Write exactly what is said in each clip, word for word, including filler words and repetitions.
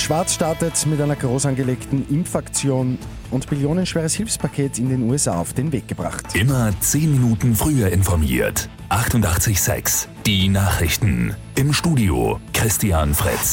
Schwarz startet mit einer groß angelegten Impfaktion und billionenschweres Hilfspaket in den U S A auf den Weg gebracht. Immer zehn Minuten früher informiert. achtundachtzig Komma sechs. Die Nachrichten. Im Studio Christian Fritz.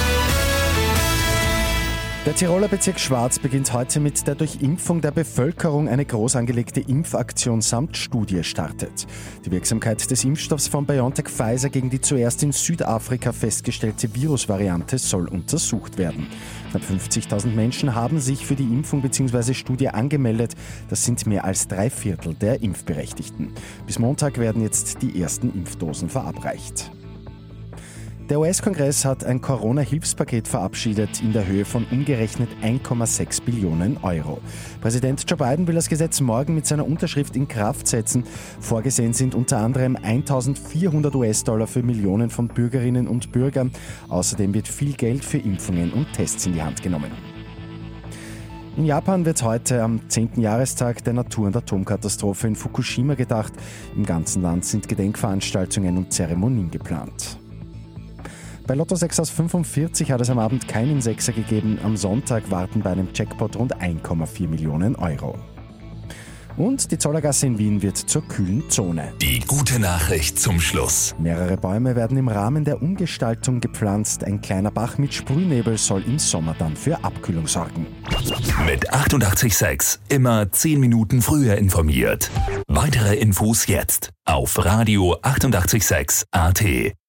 Der Tiroler Bezirk Schwarz beginnt heute mit der durch Impfung der Bevölkerung eine groß angelegte Impfaktion samt Studie startet. Die Wirksamkeit des Impfstoffs von BioNTech Pfizer gegen die zuerst in Südafrika festgestellte Virusvariante soll untersucht werden. Knapp fünfzigtausend Menschen haben sich für die Impfung bzw. Studie angemeldet. Das sind mehr als drei Viertel der Impfberechtigten. Bis Montag werden jetzt die ersten Impfdosen verabreicht. Der U S-Kongress hat ein Corona-Hilfspaket verabschiedet in der Höhe von umgerechnet eins Komma sechs Billionen Euro. Präsident Joe Biden will das Gesetz morgen mit seiner Unterschrift in Kraft setzen. Vorgesehen sind unter anderem eintausendvierhundert US-Dollar für Millionen von Bürgerinnen und Bürgern. Außerdem wird viel Geld für Impfungen und Tests in die Hand genommen. In Japan wird heute am zehnten Jahrestag der Natur- und Atomkatastrophe in Fukushima gedacht. Im ganzen Land sind Gedenkveranstaltungen und Zeremonien geplant. Bei Lotto sechs aus fünfundvierzig hat es am Abend keinen Sechser gegeben. Am Sonntag warten bei einem Jackpot rund eins Komma vier Millionen Euro. Und die Zollergasse in Wien wird zur kühlen Zone. Die gute Nachricht zum Schluss. Mehrere Bäume werden im Rahmen der Umgestaltung gepflanzt. Ein kleiner Bach mit Sprühnebel soll im Sommer dann für Abkühlung sorgen. Mit achtundachtzig Komma sechs immer zehn Minuten früher informiert. Weitere Infos jetzt auf Radio achtundachtzig Komma sechs A T.